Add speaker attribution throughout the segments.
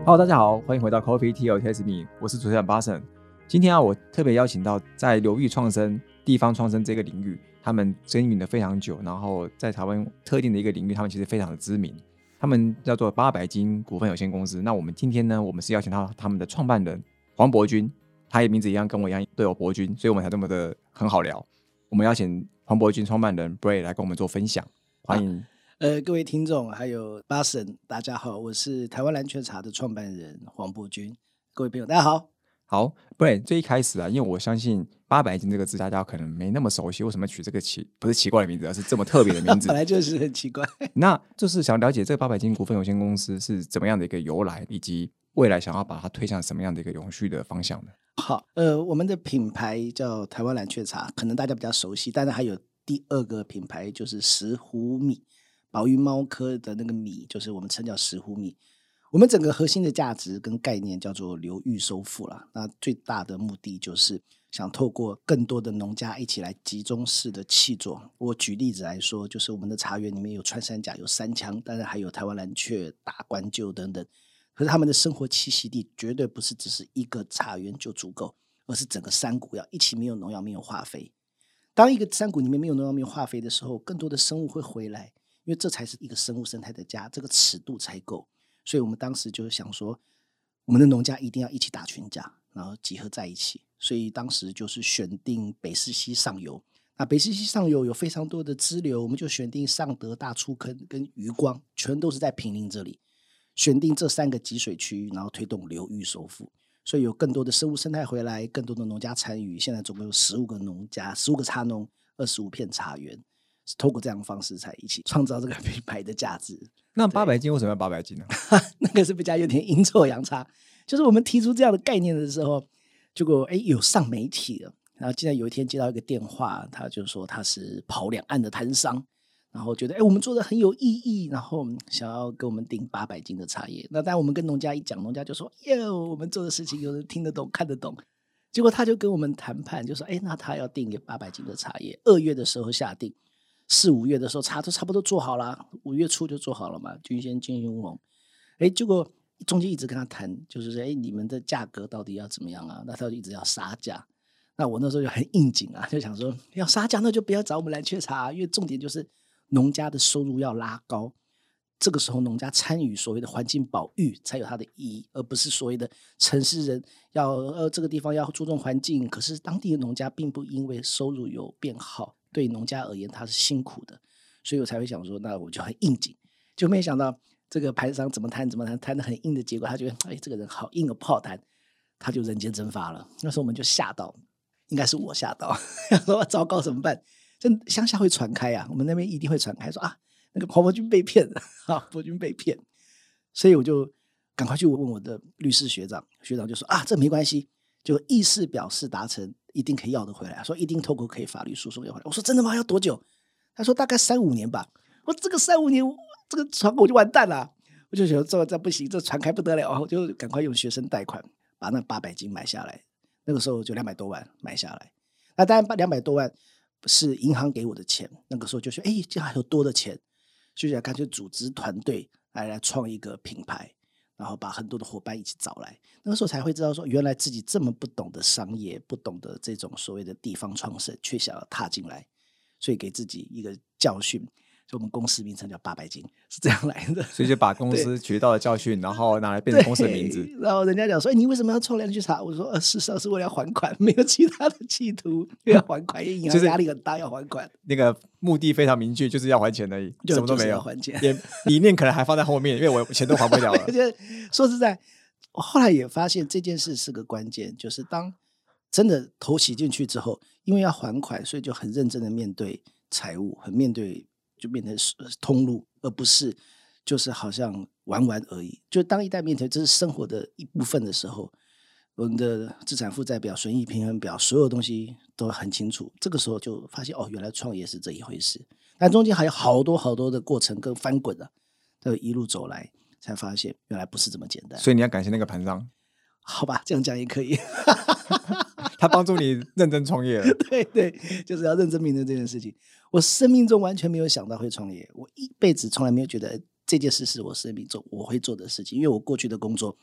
Speaker 1: Hello，大家好，欢迎回到 Coffee Tea or Taste Me， 我是主持人巴神。今天我特别邀请到在流域创生、地方创生这个领域，他们耕耘了非常久，然后在台湾特定的一个领域，他们其实非常的知名。他们叫做800金股份有限公司。那我们今天呢，我们是邀请到他们的创办人黄伯钧，他的名字一样跟我一样都有伯钧，所以我们才这么的很好聊。我们邀请黄伯钧创办人 Bray 来跟我们做分享，欢迎。
Speaker 2: 各位听众还有巴神，大家好，我是台湾蓝雀茶的创办人黄伯钧。各位朋友大家好。
Speaker 1: 好，不然最一开始因为我相信800金这个字大家可能没那么熟悉，为什么取这个不是奇怪的名字，而是这么特别的名字？
Speaker 2: 本来就是很奇怪。
Speaker 1: 那就是想了解这个800金股份有限公司是怎么样的一个由来，以及未来想要把它推向什么样的一个永续的方向呢？
Speaker 2: 好，我们的品牌叫台湾蓝雀茶，可能大家比较熟悉，但是还有第二个品牌就是石斛米，宝玉猫科的那个米，就是我们称叫石斛米。我们整个核心的价值跟概念叫做流域收复啦。那最大的目的就是想透过更多的农家一起来集中式的契作。我举例子来说，就是我们的茶园里面有穿山甲，有山羌，当然还有台湾蓝雀、大冠鹫等等。可是他们的生活栖息地绝对不是只是一个茶园就足够，而是整个山谷要一起没有农药、没有化肥。当一个山谷里面没有农药、没有化肥的时候，更多的生物会回来，因为这才是一个生物生态的家，这个尺度才够。所以我们当时就是想说，我们的农家一定要一起打群架，然后集合在一起。所以当时就是选定北势溪上游。那北势溪上游有非常多的支流，我们就选定尚德、大出坑跟渔光，全都是在坪林这里。选定这3个集水区，然后推动流域收复。所以有更多的生物生态回来，更多的农家参与。现在总共有15个农家，15个茶农，25片茶园。是透过这样的方式才一起创造这个品牌的价值。
Speaker 1: 那800金为什么要800金呢？
Speaker 2: 那个是比较有点阴错阳差。就是我们提出这样的概念的时候，结果有上媒体了。然后竟然有一天接到一个电话，他就说他是跑两岸的摊商，然后觉得我们做的很有意义，然后想要跟我们订800斤的茶叶。那当然我们跟农家一讲，农家就说我们做的事情有人听得懂看得懂。结果他就跟我们谈判，就说那他要订给800斤的茶叶，2月的时候下定，4、5月的时候茶都差不多做好了，5月初就做好了嘛，君先金乌龙。结果中间一直跟他谈，就是说你们的价格到底要怎么样啊？那他就一直要杀价。那我那时候就很应景啊，就想说要杀价那就不要找我们蓝雀茶，因为重点就是农家的收入要拉高。这个时候农家参与所谓的环境保育才有它的意义，而不是所谓的城市人要这个地方要注重环境，可是当地的农家并不因为收入有变好，对农家而言他是辛苦的。所以我才会想说那我就很应景。就没想到这个盘商怎么谈谈得很硬的结果，他觉得这个人好硬，不好谈，他就人间蒸发了。那时候我们就吓到，应该是我吓到说糟糕怎么办？这乡下会传开啊，我们那边一定会传开，说那个黄伯钧被骗了伯钧被骗。所以我就赶快去问我的律师学长，学长就说这没关系，就意思表示达成，一定可以要得回来，说一定透过可以法律诉讼要回来。我说真的吗？要多久？他说大概3、5年吧。我这个3、5年这个船我就完蛋了。我就觉得这不行，这船开不得了，我就赶快用学生贷款把那800斤买下来。那个时候就200多万买下来。那当然200多万是银行给我的钱，那个时候就说这还有多的钱，所以干脆组织团队来创一个品牌，然后把很多的伙伴一起找来。那个时候才会知道说原来自己这么不懂得商业，不懂得这种所谓的地方创生，却想要踏进来，所以给自己一个教训。所以我们公司名称叫800斤，是这样来的。
Speaker 1: 所以就把公司学到的教训，然后拿来变成公司的名字。
Speaker 2: 然后人家讲说你为什么要创蓝雀茶？我说事实上是为了要还款，没有其他的企图，要还款，因为银行压力很大，要还款。
Speaker 1: 那个目的非常明确，就是要还钱而已，什么都没有，
Speaker 2: 还钱，
Speaker 1: 也理念可能还放在后面，因为我钱都还不了了。
Speaker 2: 说实在，我后来也发现这件事是个关键，就是当真的头洗进去之后，因为要还款，所以就很认真的面对财务，很面对。就变成通路，而不是就是好像玩玩而已。就当一旦面对这是生活的一部分的时候，我们的资产负债表、损益平衡表，所有东西都很清楚。这个时候就发现原来创业是这一回事。但中间还有好多好多的过程跟翻滚啊，一路走来才发现原来不是这么简单。
Speaker 1: 所以你要感谢那个盘商，
Speaker 2: 好吧，这样讲也可以。
Speaker 1: 他帮助你认真创业了。
Speaker 2: 对对，就是要认真面对这件事情。我生命中完全没有想到会创业，我一辈子从来没有觉得这件事是我生命中我会做的事情，因为我过去的工作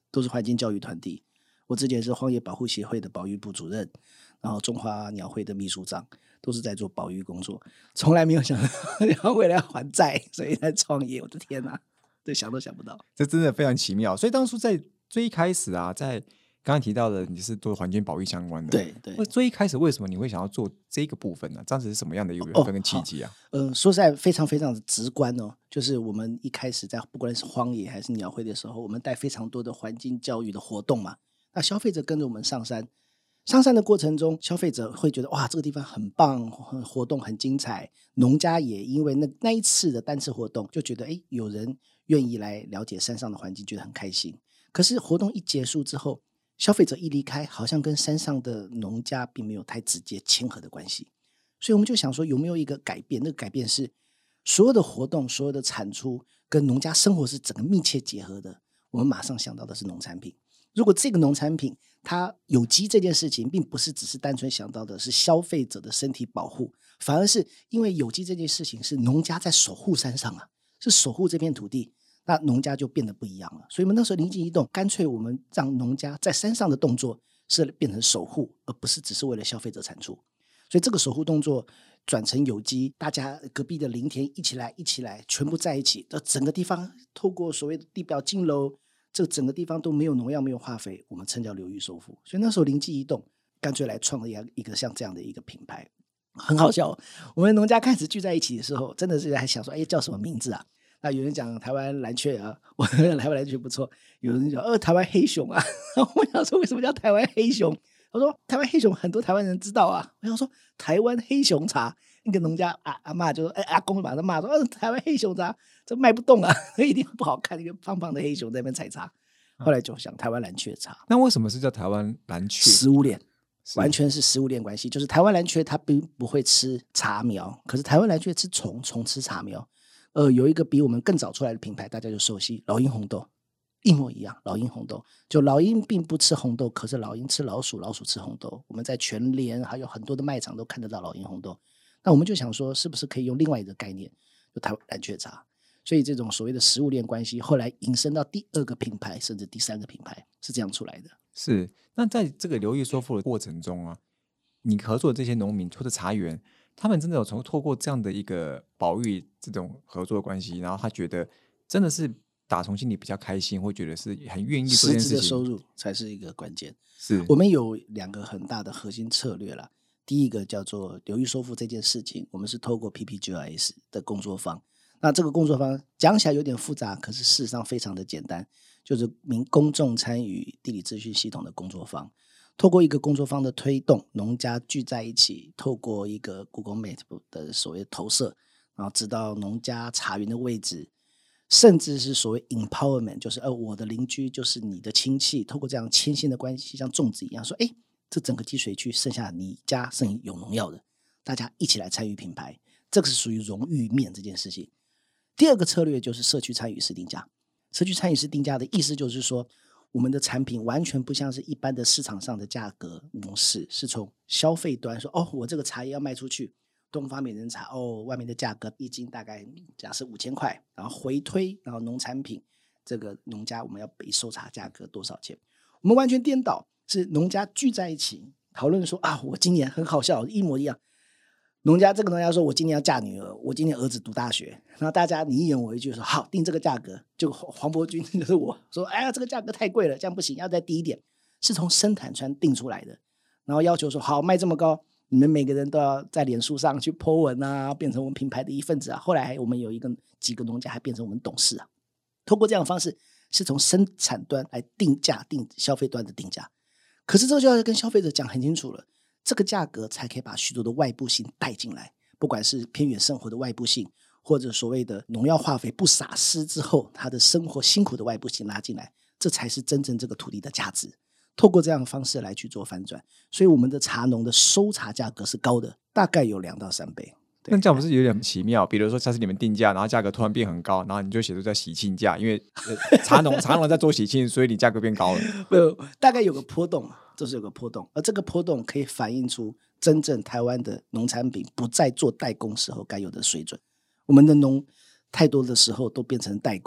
Speaker 2: 都是环境教育团体。我之前是荒野保护协会的保育部主任，然后中华鸟会的秘书长，都是在做保育工作，从来没有想到要为了要还债，所以在创业。我的天哪，这想都想不到。
Speaker 1: 这真的非常奇妙。所以当初在最一开始啊，在刚刚提到的你是做环境保育相关的，
Speaker 2: 对对。
Speaker 1: 最一开始为什么你会想要做这个部分呢？当时是什么样的一个缘分跟契机啊？
Speaker 2: 说实在非常非常的直观哦，就是我们一开始在不管是荒野还是鸟会的时候，我们带非常多的环境教育的活动嘛。那消费者跟着我们上山，上山的过程中，消费者会觉得哇，这个地方很棒，活动很精彩。农家也因为那一次的单次活动，就觉得有人愿意来了解山上的环境，觉得很开心。可是活动一结束之后，消费者一离开，好像跟山上的农家并没有太直接亲和的关系，所以我们就想说有没有一个改变？那个改变是所有的活动、所有的产出跟农家生活是整个密切结合的。我们马上想到的是农产品。如果这个农产品它有机这件事情，并不是只是单纯想到的是消费者的身体保护，反而是因为有机这件事情是农家在守护山上啊，是守护这片土地。那农家就变得不一样了，所以我们那时候灵机一动，干脆我们让农家在山上的动作是变成守护，而不是只是为了消费者产出。所以这个守护动作转成有机，大家隔壁的林田一起来，全部在一起，这整个地方透过所谓的地表径流，这整个地方都没有农药没有化肥，我们称叫流域收复。所以那时候灵机一动，干脆来创了一个像这样的一个品牌。很好笑，我们农家开始聚在一起的时候，真的是还想说叫什么名字啊？那有人讲台湾蓝雀啊，我台湾蓝雀不错。有人讲台湾黑熊啊，我想说为什么叫台湾黑熊？他说台湾黑熊很多台湾人知道啊。我想说台湾黑熊茶，那个农家阿嬷就说，阿公把他骂说，台湾黑熊茶这卖不动啊，一定不好看，一个胖胖的黑熊在那边采茶。后来就想台湾蓝雀茶。
Speaker 1: 那为什么是叫台湾蓝雀？
Speaker 2: 食物链，完全是食物链关系。就是台湾蓝雀它并不会吃茶苗，可是台湾蓝雀吃虫吃茶苗。有一个比我们更早出来的品牌，大家就熟悉老鹰红豆，一模一样。老鹰红豆就老鹰并不吃红豆，可是老鹰吃老鼠，老鼠吃红豆。我们在全联还有很多的卖场都看得到老鹰红豆。那我们就想说是不是可以用另外一个概念，就台湾蓝雀茶。所以这种所谓的食物链关系后来引申到第2个品牌甚至第3个品牌，是这样出来的。
Speaker 1: 是。那在这个流域收复的过程中啊，你合作的这些农民或者茶园，他们真的有透过这样的一个保育这种合作关系，然后他觉得真的是打从心里比较开心，会觉得是很愿意做这件事情。
Speaker 2: 实质的收入才是一个关键。
Speaker 1: 是
Speaker 2: 我们有2个很大的核心策略啦。第一个叫做流域收复这件事情，我们是透过 PPGIS 的工作坊。那这个工作坊讲起来有点复杂，可是事实上非常的简单，就是民公众参与地理资讯系统的工作坊。透过一个工作坊的推动，农家聚在一起，透过一个 Google Map 的所谓投射，然后知道农家茶园的位置，甚至是所谓 empowerment， 就是我的邻居就是你的亲戚，透过这样牵线的关系，像种植一样，说这整个积水区剩下你家剩有农药的，大家一起来参与品牌，这个是属于荣誉面这件事情。第2个策略就是社区参与式定价。社区参与式定价的意思就是说，我们的产品完全不像是一般的市场上的价格模式，是从消费端说，我这个茶叶要卖出去，东方美人茶外面的价格一斤大概假设5000块，然后回推，然后农产品这个农家我们要被收茶价格多少钱。我们完全颠倒，是农家聚在一起讨论说我今年很好笑，一模一样。这个农家说我今年要嫁女儿，我今年儿子读大学，然后大家你一言我一句说好定这个价格，就黄伯钧就是我说这个价格太贵了，这样不行，要再低一点，是从生产端定出来的，然后要求说好卖这么高，你们每个人都要在脸书上去 po 文啊，变成我们品牌的一份子啊。后来我们有几个农家还变成我们董事啊。通过这样的方式是从生产端来定价，定消费端的定价。可是这个就要跟消费者讲很清楚了，这个价格才可以把许多的外部性带进来，不管是偏远生活的外部性，或者所谓的农药化肥不撒施之后他的生活辛苦的外部性拉进来，这才是真正这个土地的价值。透过这样的方式来去做反转，所以我们的茶农的收茶价格是高的，大概有2到3倍。
Speaker 1: 那这样不是有点奇妙？比如说下次你们定价，然后价格突然变很高，然后你就写出在喜庆价，因为茶农在做喜庆，所以你价格变高了。
Speaker 2: 大概有个波动，这是有个波动，而这个波动可以反映出真正台湾的农产品不再做代工时候该有的水准。我们的农太多的时候都变成代工，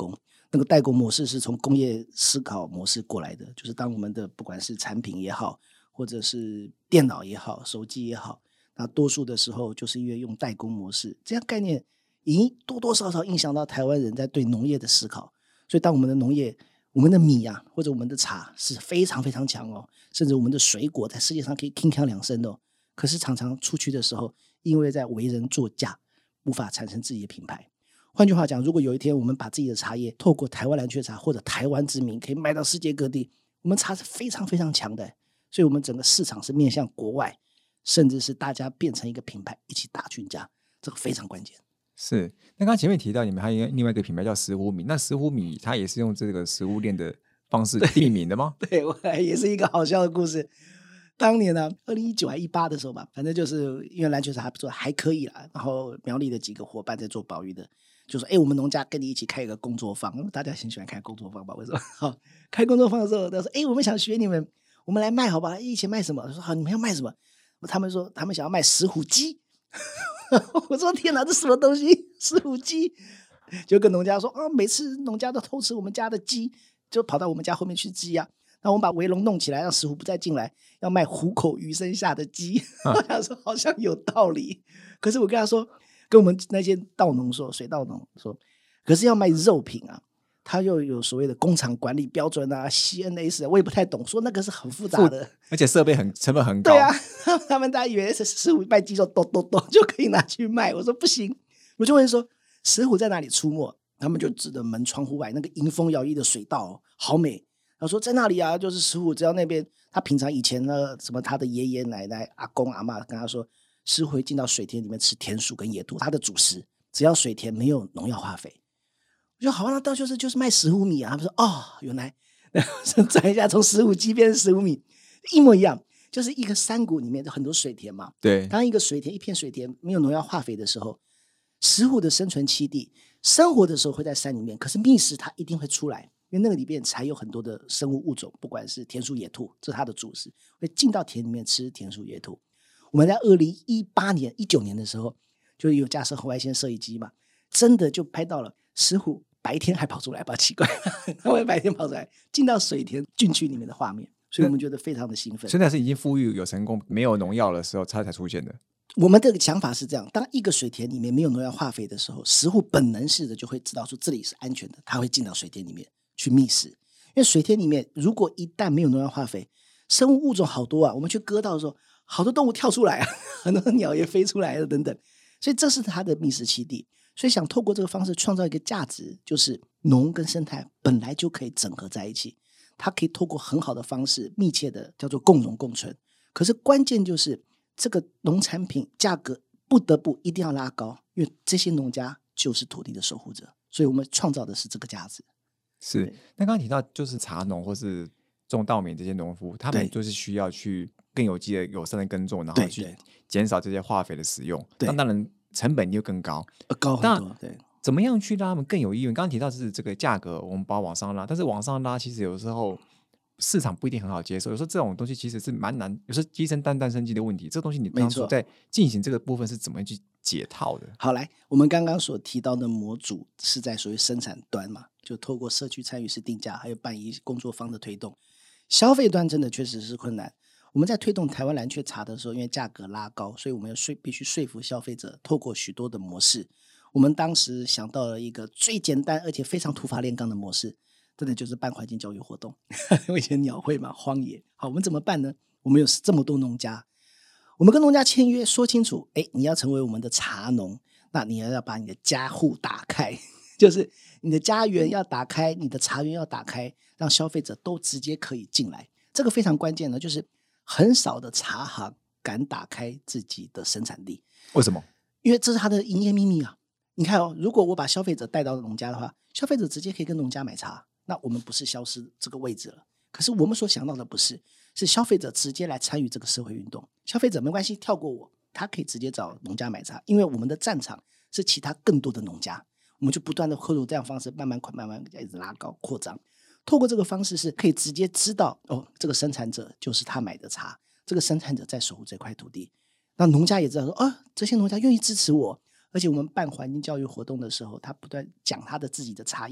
Speaker 2: 那个代工模式是从工业思考模式过来的，就是当我们的不管是产品也好，或者是电脑也好，手机也好，那多数的时候就是因为用代工模式，这样概念已经多多少少影响到台湾人在对农业的思考。所以当我们的农业，我们的米啊，或者我们的茶是非常非常强哦，甚至我们的水果在世界上可以铿锵两声哦，可是常常出去的时候，因为在为人作嫁，无法产生自己的品牌。换句话讲，如果有一天我们把自己的茶叶透过台湾蓝雀茶或者台湾之名可以卖到世界各地，我们茶是非常非常强的，所以我们整个市场是面向国外，甚至是大家变成一个品牌一起打群架，这个非常关键。
Speaker 1: 是，那刚刚前面提到你们还有另外一个品牌叫石斛米，那石斛米它也是用这个食物链的方式命名的吗？
Speaker 2: 对，我也是一个好笑的故事。当年呢，2019还18的时候吧，反正就是因为蓝雀茶做还可以啦，然后苗栗的几个伙伴在做保育的，就说：“我们农家跟你一起开一个工作坊。”大家很喜欢开工作坊吧？为什么？好，开工作坊的时候，他说：“我们想学你们，我们来卖好不好？一起卖什么？”我说：“好，你们要卖什么？”他们说他们想要卖石斛鸡。我说：“天哪，这什么东西？石斛鸡？”就跟农家说：“每次农家都偷吃我们家的鸡，就跑到我们家后面去鸡啊。那我们把围笼弄起来，让石斛不再进来，要卖虎口余生下的鸡。”我想说好像有道理，可是我跟他说，跟我们那些稻农说，水稻农说，可是要卖肉品啊，他又有所谓的工厂管理标准啊 ，CNS， 我也不太懂，说那个是很复杂的，
Speaker 1: 而且设备成本很高。
Speaker 2: 对啊，他们大家以为是石斛卖鸡肉咚咚咚就可以拿去卖，我说不行，我就问说石斛在哪里出没？他们就指着门窗户外那个迎风摇曳的水道，好美。他说在那里啊，就是石斛，只要那边他平常以前呢，什么他的爷爷奶奶、阿公阿嬷跟他说，石斛会进到水田里面吃田鼠跟野兔，他的主食只要水田没有农药化肥。我说好啊，那到就是卖石斛米啊。他们说原来转一下从石斛鸡变成石斛米，一模一样，就是一个山谷里面有很多水田嘛。
Speaker 1: 对，
Speaker 2: 当一个水田一片水田没有农药化肥的时候，石斛的生存栖地，生活的时候会在山里面，可是觅食它一定会出来，因为那个里面才有很多的生物物种，不管是田鼠野兔，这是它的主食，会进到田里面吃田鼠野兔。我们在2018年、19年的时候，就有架设红外线摄影机嘛，真的就拍到了石斛白天还跑出来，吧，奇怪，他会白天跑出来进到水田菌区里面的画面，所以我们觉得非常的兴奋。
Speaker 1: 现在是已经富裕有成功，没有农药的时候，它才出现的。
Speaker 2: 我们的想法是这样，当一个水田里面没有农药化肥的时候，石斛本能式的就会知道说这里是安全的，它会进到水田里面去觅食。因为水田里面如果一旦没有农药化肥，生物物种好多啊，我们去割到的时候，好多动物跳出来啊，很多鸟也飞出来了等等，所以这是它的觅食栖地。所以想透过这个方式创造一个价值，就是农跟生态本来就可以整合在一起，它可以透过很好的方式密切的叫做共荣共存。可是关键就是这个农产品价格不得不一定要拉高，因为这些农家就是土地的守护者，所以我们创造的是这个价值。
Speaker 1: 是，那刚刚提到就是茶农或是种稻米这些农夫，他们就是需要去更有机的友善的耕种，然后去减少这些化肥的使用，那当然成本又更高，
Speaker 2: 高很多。对，
Speaker 1: 怎么样去让他们更有意愿？刚刚提到是这个价格，我们把它往上拉，但是往上拉其实有时候市场不一定很好接受，有时候这种东西其实是蛮难，有时候鸡生蛋蛋生鸡的问题，这个东西你当初在进行这个部分是怎么去解套的？
Speaker 2: 好，来，我们刚刚所提到的模组是在所谓生产端嘛，就透过社区参与式定价，还有办一工作坊的推动。消费端真的确实是困难。我们在推动台湾蓝雀茶的时候，因为价格拉高，所以我们必须说服消费者，透过许多的模式。我们当时想到了一个最简单而且非常土法炼钢的模式，真的就是办环境教育活动。我以前鸟会嘛，荒野。好，我们怎么办呢？我们有这么多农家，我们跟农家签约，说清楚，你要成为我们的茶农，那你要把你的家户打开，就是你的家园要打开，你的茶园要打开，让消费者都直接可以进来。这个非常关键的，就是很少的茶行敢打开自己的生产地。
Speaker 1: 为什么？
Speaker 2: 因为这是他的营业秘密啊。你看如果我把消费者带到农家的话，消费者直接可以跟农家买茶，那我们不是消失这个位置了。可是我们所想到的不是，是消费者直接来参与这个社会运动。消费者没关系，跳过我，他可以直接找农家买茶，因为我们的战场是其他更多的农家，我们就不断的透过这样的方式慢慢一直拉高扩张。透过这个方式是可以直接知道这个生产者就是他买的茶，这个生产者在守护这块土地。那农家也知道说这些农家愿意支持我，而且我们办环境教育活动的时候，他不断讲他的自己的茶叶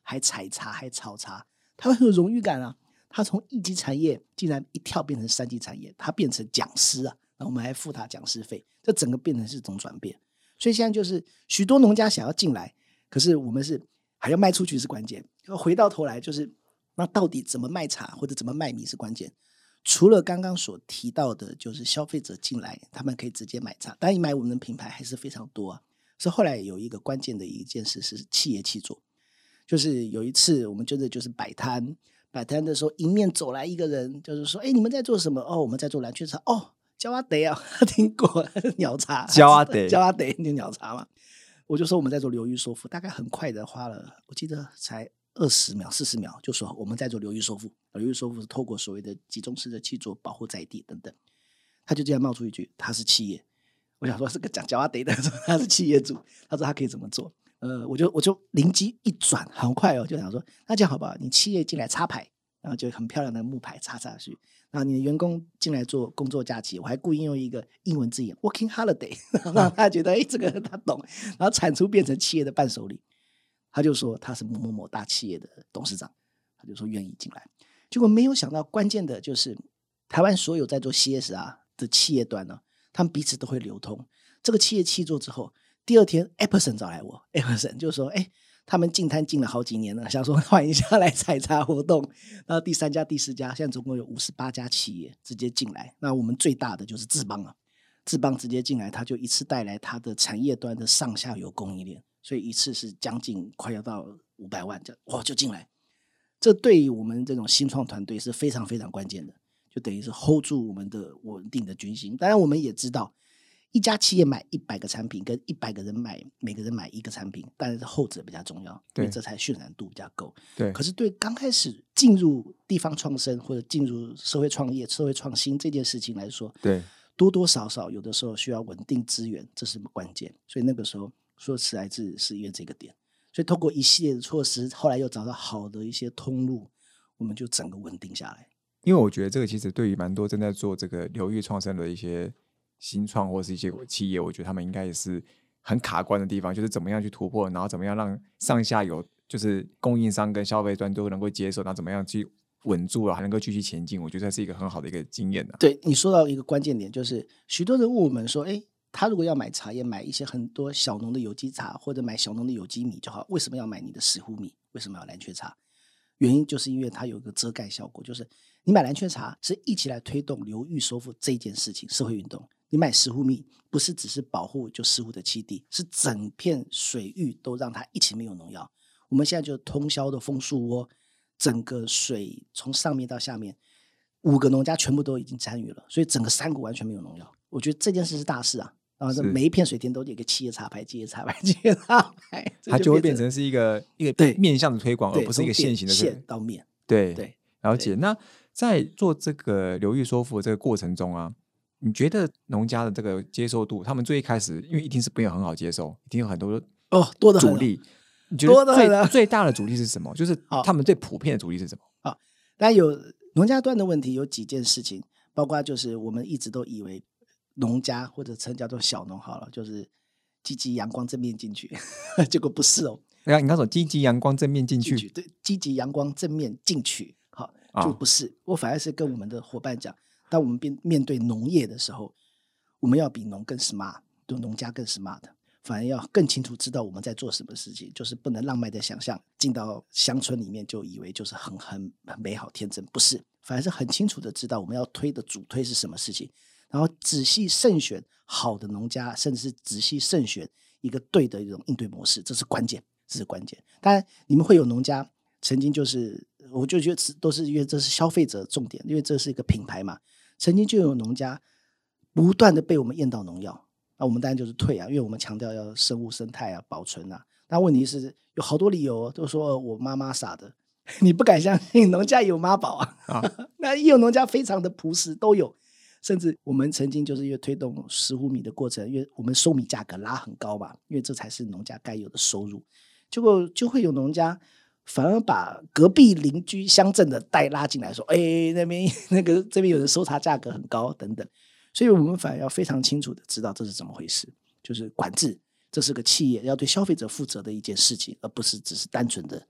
Speaker 2: 还采茶还炒茶，他会很有荣誉感啊。他从一级产业竟然一跳变成3级产业，他变成讲师啊，然后我们还付他讲师费，这整个变成是一种转变。所以现在就是许多农家想要进来，可是我们是还要卖出去是关键。回到头来就是那到底怎么卖茶或者怎么卖米是关键。除了刚刚所提到的就是消费者进来他们可以直接买茶，当然买我们的品牌还是非常多啊。所以后来有一个关键的一件事是企业契作，就是有一次我们就是摆摊的时候，迎面走来一个人，就是说你们在做什么？我们在做蓝雀茶。焦阿得啊，听过鸟茶，
Speaker 1: 焦阿得
Speaker 2: 就鸟茶嘛。我就说我们在做流域说服，大概很快的花了，我记得才20秒40秒，就说我们在做流域说服。流域说服是透过所谓的集中式的契作保护在地等等。他就这样冒出一句，他是企业。我想说这个讲焦阿得的，他是企业主，他说他可以怎么做。我就灵机一转，很快就想说，那这样好不好？你企业进来插牌，然后就很漂亮的木牌插下去，然后你的员工进来做工作假期，我还故意用一个英文字眼 working holiday， 让他觉得这个他懂，然后产出变成企业的伴手礼。他就说他是某某某大企业的董事长，他就说愿意进来。结果没有想到，关键的就是台湾所有在做 CSR 的企业端呢，他们彼此都会流通。这个企业契作之后，第二天 Epson 找来我 ，Epson 就说他们进摊进了好几年了，想说换一下来采茶活动。然后第3家第4家，现在总共有58家企业直接进来。那我们最大的就是智邦啊，智邦直接进来，他就一次带来他的产业端的上下游供应链，所以一次是将近快要到500万，就进来。这对于我们这种新创团队是非常非常关键的，就等于是 hold 住我们的稳定的军心。当然我们也知道，一家企业买100个产品跟100个人买，每个人买1个产品，当然是后者比较重要，因为这才渲染度比较够。
Speaker 1: 对。
Speaker 2: 可是对刚开始进入地方创生或者进入社会创业、社会创新这件事情来说，
Speaker 1: 对，
Speaker 2: 多多少少有的时候需要稳定资源，这是关键。所以那个时候说实在是因为这个点，所以透过一系列的措施，后来又找到好的一些通路，我们就整个稳定下来。
Speaker 1: 因为我觉得这个其实对于蛮多正在做这个流域创生的一些新创或是一些企业，我觉得他们应该也是很卡关的地方，就是怎么样去突破，然后怎么样让上下游就是供应商跟消费端都能够接受，然后怎么样去稳住了，还能够继续前进。我觉得这是一个很好的一个经验。
Speaker 2: 对，你说到一个关键点，就是许多人问我们说，他如果要买茶叶，买一些很多小农的有机茶，或者买小农的有机米就好，为什么要买你的石斛米？为什么要蓝雀茶？原因就是因为它有一个遮盖效果，就是你买蓝雀茶是一起来推动流域收复这件事情，社会运动。你买石斛米不是只是保护就石斛的栖地，是整片水域都让它一起没有农药。我们现在就通霄的枫树窝，整个水从上面到下面5个农家全部都已经参与了，所以整个山谷完全没有农药。我觉得这件事是大事啊。然后每一片水田都有一个企业茶牌，企业茶牌，企业茶牌，
Speaker 1: 它就会变成是一个面向的推广，而不是一个线型的
Speaker 2: 线到面。
Speaker 1: 对，了
Speaker 2: 对。
Speaker 1: 解。那在做这个流域收复的这个过程中啊，你觉得农家的这个接受度，他们最一开始因为一定是没有很好接受，一定有很多
Speaker 2: 多的
Speaker 1: 阻力。你觉得最大的阻力是什么？就是他们最普遍的阻力是什么？
Speaker 2: 当然有农家端的问题，有几件事情，包括就是我们一直都以为农家或者称叫做小农好了，就是积极阳光正面进去，结果不是哦。
Speaker 1: 你刚说积极阳光正面进去，
Speaker 2: 对，积极阳光正面进取，好，就不是。我反而是跟我们的伙伴讲，当我们面对农业的时候，我们要比农更 smart， 对农家更 smart， 反而要更清楚知道我们在做什么事情，就是不能浪漫的想象进到乡村里面就以为就是很美好天真，不是，反而是很清楚的知道我们要推的主推是什么事情。然后仔细慎选好的农家，甚至是仔细慎选一个对的一种应对模式，这是关键，这是关键。当然，你们会有农家曾经就是，我就觉得都是因为这是消费者重点，因为这是一个品牌嘛。曾经就有农家不断的被我们验到农药，那我们当然就是退啊，因为我们强调要生物生态啊、保存啊。那问题是有好多理由都说我妈妈撒的，你不敢相信农家有妈宝啊。那也有农家非常的朴实，都有。甚至我们曾经就是因为推动石斛米的过程，因为我们收米价格拉很高嘛，因为这才是农家该有的收入，结果就会有农家反而把隔壁邻居乡镇的带拉进来说，那边这边有人收茶价格很高等等，所以我们反而要非常清楚的知道这是怎么回事，就是管制，这是个企业要对消费者负责的一件事情，而不是只是单纯的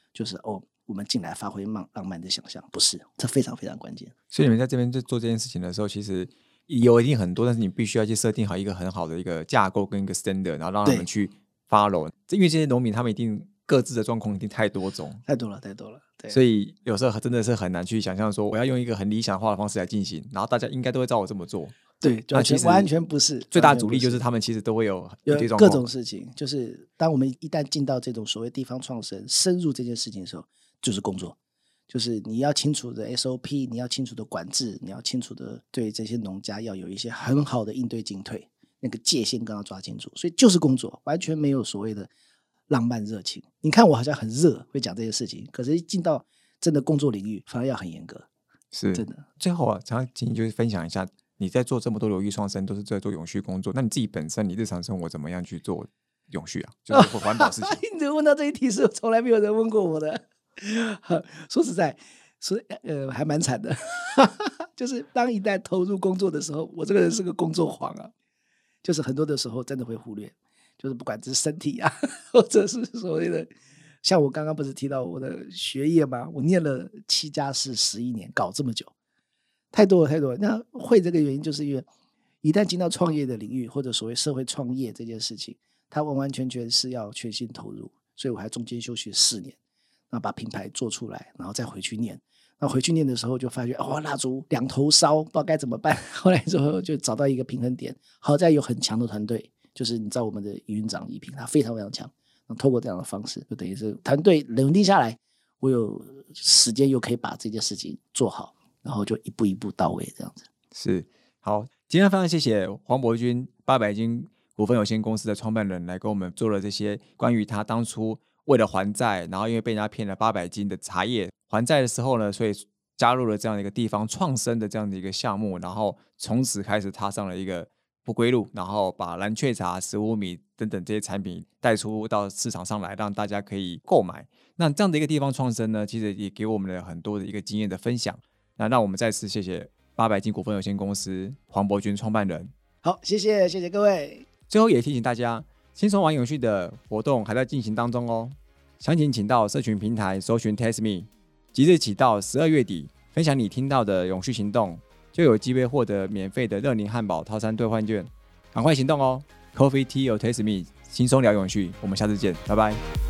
Speaker 2: 就是我们进来发挥浪漫的想象，不是，这非常非常关键。
Speaker 1: 所以你们在这边做这件事情的时候，其实有一定很多，但是你必须要去设定好一个很好的一个架构跟一个 standard， 然后让他们去 follow。因为这些农民他们一定各自的状况一定太多种，
Speaker 2: 太多了。对，
Speaker 1: 所以有时候真的是很难去想象说我要用一个很理想化的方式来进行，然后大家应该都会照我这么做。
Speaker 2: 对，完全不是。
Speaker 1: 最大的阻力就是他们其实都会有
Speaker 2: 各种事情，就是当我们一旦进到这种所谓地方创生深入这件事情的时候，就是工作，就是你要清楚的 SOP， 你要清楚的管制，你要清楚的对这些农家要有一些很好的应对进退，那个界限更要抓清楚。所以就是工作，完全没有所谓的浪漫热情。你看我好像很热会讲这些事情，可是一进到真的工作领域反而要很严格。
Speaker 1: 是
Speaker 2: 真的。
Speaker 1: 最后想请你就是分享一下，你在做这么多流域创生都是在做永续工作，那你自己本身你日常生活怎么样去做永续啊？就是环保事情。
Speaker 2: 你问到这一题是从来没有人问过我的。说实在，还蛮惨的。就是当一旦投入工作的时候，我这个人是个工作狂啊，就是很多的时候真的会忽略，就是不管是身体啊，或者是所谓的，像我刚刚不是提到我的学业吗？我念了7家是11年，搞这么久，太多了。那会这个原因，就是因为一旦进到创业的领域，或者所谓社会创业这件事情，它完完全全是要全心投入，所以我还中间休息4年。那把品牌做出来，然后再回去念。那回去念的时候就发觉，蜡烛两头烧，不知道该怎么办。后来之后就找到一个平衡点，好在有很强的团队，就是你知道我们的营运长宜平，他非常非常强。透过这样的方式，就等于是团队稳定下来，我有时间又可以把这件事情做好，然后就一步一步到位这样子。
Speaker 1: 是，好，今天非常谢谢黄伯钧800金股份有限公司的创办人来跟我们做了这些关于他当初为了还债，然后因为被人家骗了800斤的茶叶，还债的时候呢，所以加入了这样的一个地方创生的这样的一个项目，然后从此开始踏上了一个不归路，然后把蓝雀茶、石斛米等等这些产品带出到市场上来，让大家可以购买。那这样的一个地方创生呢，其实也给我们了很多的一个经验的分享。那让我们再次谢谢800金股份有限公司黄伯钧创办人。
Speaker 2: 好，谢谢各位。
Speaker 1: 最后也提醒大家，轻松玩永续的活动还在进行当中哦。详情请到社群平台搜寻 TestMe， 即日起到12月底，分享你听到的永续行动，就有机会获得免费的热凝汉堡套餐兑换券，赶快行动哦 ！Coffee Tea or TestMe， 轻松聊永续，我们下次见，拜拜。